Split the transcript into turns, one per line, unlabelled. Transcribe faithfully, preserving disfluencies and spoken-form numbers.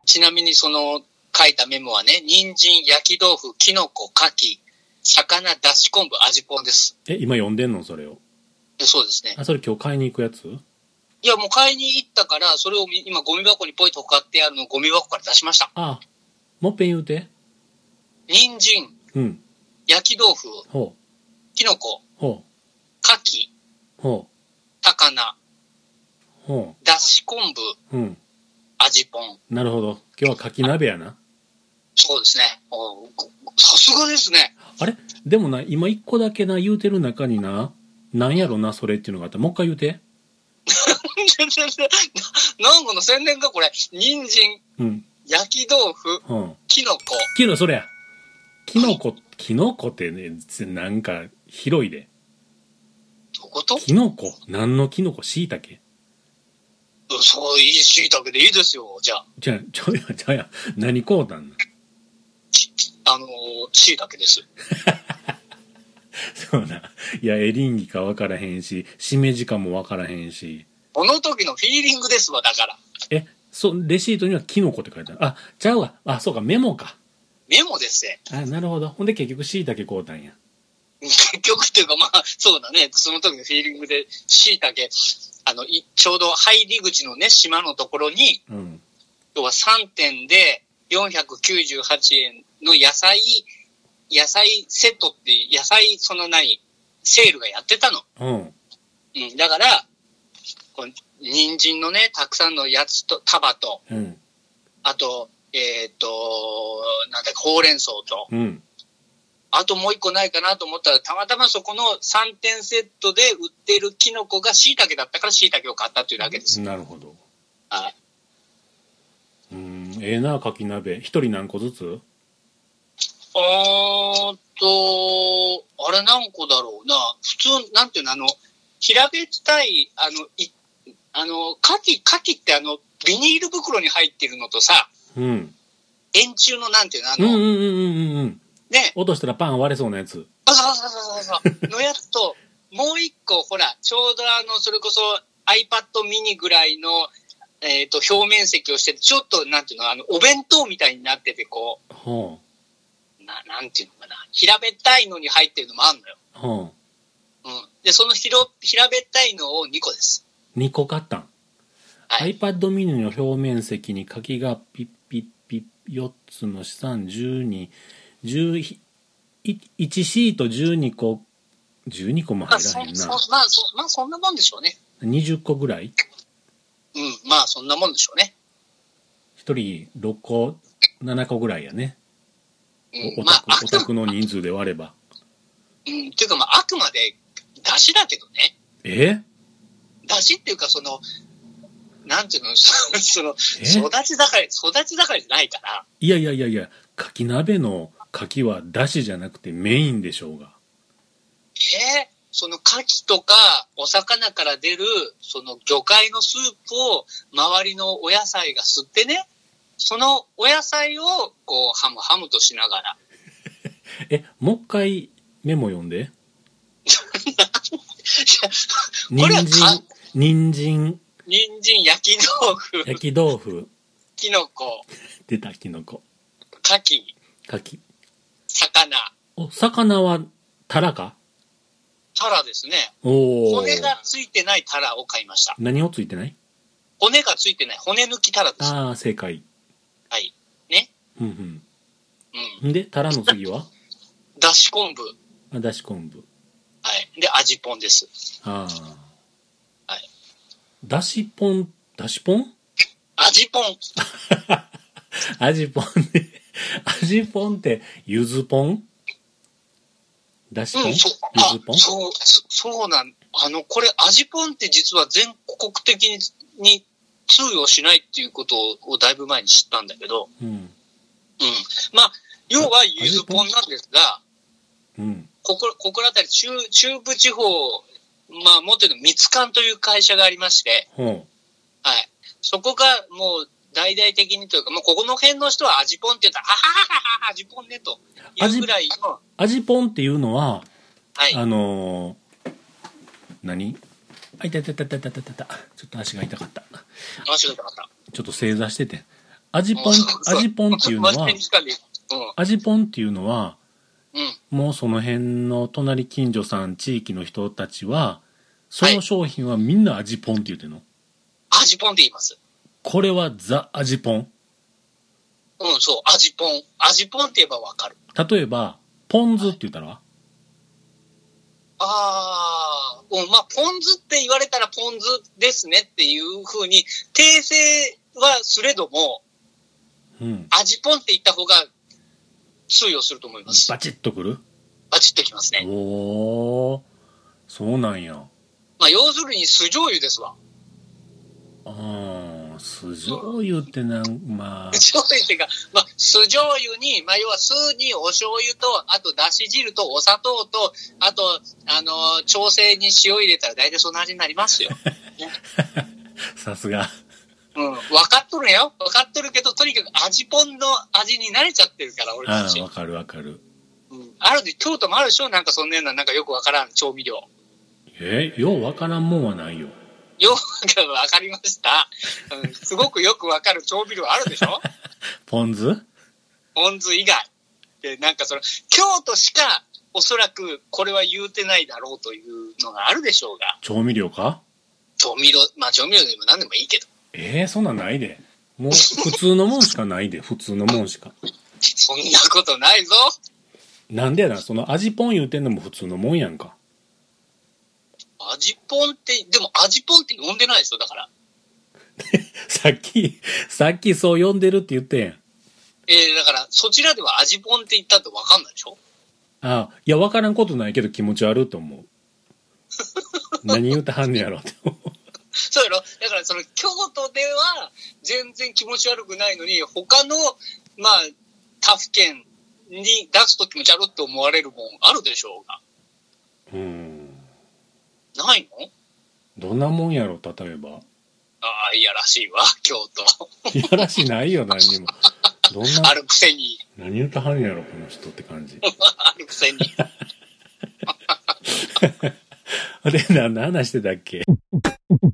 ちなみにその書いたメモはね、人参、焼き豆腐、きのこ、牡蠣、魚、だし昆布、味ぽんです。
え、今読んでんのそれを？
え、そうですね。
あ、それ今日買いに行くやつ？
いや、もう買いに行ったから、それを今ゴミ箱にポイと買ってあるのをゴミ箱から出しました。
ああ、もっぺん言うて。
人参、
うん。
焼き豆腐、
ほう。
きのこ、
ほう。
牡蠣、
ほう。
魚、
ほ
だし昆布、
う。うん。
味ぽん。
なるほど。今日は牡蠣鍋やな。
そうですね。おさすがですね。
あれでもな、今一個だけな、言うてる中にな、なんやろな、それっていうのがあった。もう一回言うて。
なんかの宣伝かこれ。人参、
うん。
焼き豆腐、
うん。
きのこ。
きの、それや。きのこ、きのこってね、なんか広いで。
どういうこと？
きのこ、何のきのこ？しいたけ？
そう、いいしいたけでいいですよ、じゃあ。
じゃあ、ちょや、ちょや、何こうたんの？
あのー、しいたけです。
そうな。いや、エリンギか分からへんし、しめじかも分からへんし。
この時のフィーリングですわ、だから。
え、そう、レシートにはキノコって書いてある。あ、ちゃうわ。あ、そうか、メモか。
メモですね。
あ、なるほど。ほんで結局しいたけ買うたんや。
結局っていうか、まあ、そうだね。その時のフィーリングで、しいたけ、あの、いちょうど入り口のね、島のところに、
うん。
要はさんてんでよんひゃくきゅうじゅうはちえんの野菜、野菜セットって、野菜、その何、セールがやってたの。
うん。
うん。だから、この人参のね、たくさんのやつと、束と、
うん。
あと、えっ、ー、と、なんだか、ほうれん草と、
うん。
あともう一個ないかなと思ったら、たまたまそこのさんてんセットで売ってるキノコが椎茸だったから椎茸を買ったというだけです。
なるほど。
はい。
うん、ええな、かき鍋。一人何個ずつ？
あーっと、あれ何個だろうな。普通、なんていうの、あの、平べったい、あの、い、あの、牡蠣、牡蠣ってあの、ビニール袋に入ってるのとさ、
うん。
円柱のなんていうの、あの、
うんうんうんうんうん。
ね。
落としたらパン割れそうなやつ。
そうそうそうそうそう。のやつと、もう一個、ほら、ちょうどあの、それこそ iPad mini ぐらいの、えっ、ー、と、表面積をしてて、ちょっと、なんていうの、あの、お弁当みたいになってて、こう、
ほ
うな、なんていうのかな、平べったいのに入ってるのもあるのよ。
う。ほ
うん。で、そのひろ平べったいのをにこです。
う。にこ買ったん。
はい。
iPad mini の表面積に柿がピッピッピッよっつのさん、じゅうに、じゅういちシートじゅうにこ、じゅうにこも入らへんな。
まあ、そまあ、そまあ、そんなもんでしょうね。
にじゅっこぐらい？
うん、まあ、そんなもんでしょうね。
ひとりろっこ、ななこぐらいやね。
うん、
お
まあ、
宅、お宅の人数で割れば。
うん、っていうか、まあ、あくまで、出汁だけどね。
え？
出汁っていうか、その、なんていうの、その、
え
育ち盛り、育ち盛りじゃないから。
いやいやいやいや、かき鍋のかきはだしじゃなくてメインでしょうが。
えー、その牡蠣とかお魚から出る、その魚介のスープを周りのお野菜が吸ってね、そのお野菜をこう、ハムハムとしながら。
え、もう一回メモ読んで。
これは
人参、人参、
人参、焼き豆腐、
焼き豆腐、
きのこ、
出たきのこ、
牡蠣、
かき。
魚、
お、魚はタラか？
タラですね。
おー。
骨がついてないタラを買いました。
何をついてない？
骨がついてない、骨抜きタラです。
ああ、正解。
はい。ね。
うんうん。
うん。
んで、タラの次は？
だし昆布。
あ、だし昆布。
はい。で、味ぽんです。
あ
あ。はい。
だしポン、だしポン？
味ぽん。
味ポンね。味ポンって、ゆずポン？だしポン？
うん、そ
ゆずポン？
そう、そそうなん。あの、これ、味ぽんって実は全国的にに通用しないっていうことをだいぶ前に知ったんだけど、
うん。
うん。まあ、要はゆずぽんなんですが、
うん。
ここ、ここら辺り中、中部地方、まあ、もっと言うと、みつかんという会社がありまして、
ほう。
はい。そこがもう大々的にというか、もうここの辺の人は味ぽんって言ったら、ははははは味ぽんねというぐらいの。
味ぽんっていうのは、
はい。
あのー、何？あ、痛い痛い痛い痛い痛い痛い。ちょっと足が痛かった。
足が痛かった。
ちょっと正座してて。 味ポン、味ポンっていうのは、
真面目に聞かねえ。うん。
味ポンっていうのは、
うん。
もうその辺の隣近所さん、地域の人たちは、その商品はみんな味ポンって言ってんの、
はい、味ポンって言います。
これはザ味ポン。
うん、そう、味ポン。味ポンって言えばわかる。
例えば、ポン酢って言ったら、
ああ、うん、まあ、ポン酢って言われたらポン酢ですねっていう風に訂正はすれども、
うん、
味ポンって言った方が通用すると思います。
バチッとくる。
バチッときますね。
おー、そうなんや。
まあ、要するに酢醤油ですわ。
あー、酢醤油ってなん、まあ。
酢醤油っていうか、まあ、酢醤油に、まあ、要は酢にお醤油と、あとだし汁とお砂糖と、あと、あのー、調整に塩入れたら大体そんな味になりますよ。ね、
さすが。
うん、分かっとるよ。分かっとるけど、とにかく味ポンの味に慣れちゃってるから、俺たち。
ああ、わかるわかる。
うん、あるで、京都もあるでしょ、なんかそんなような、なんかよくわからん調味料。
えー、ようわからんもんはないよ。
よくわかりました、うん。すごくよくわかる調味料あるでしょ
ポン酢
ポン酢以外。で、なんかその、京都しか、おそらくこれは言うてないだろうというのがあるでしょうが。
調味料か。
調味料、まあ調味料でも何でもいいけど。
えー、そんなんないで。もう普通のもんしかないで。普通のもんしか。
そんなことないぞ。
なんでやな、その味ポン言うてんのも普通のもんやんか。
味ポンって、でも味ポンって呼んでないですよ、だから。
さっき、さっきそう呼んでるって言ってんやん。
えー、だからそちらでは味ポンって言ったってわかんないでしょ。
ああ、いや、わからんことないけど気持ち悪いと思う。何言うてはんねやろって思う。
そうやろ。だからその京都では全然気持ち悪くないのに、他の、まあ、他府県に出すと気持ち悪って思われるもんあるでしょうが。
うん。
ないの？
どんなもんやろ、例えば。
ああ、いやらしいわ、京都。
いやらしないよ、何にも。どんな。
あるくせに。
何言うてはんねやろ、この人って感じ。
あるくせに。
で、何の話してたっけ？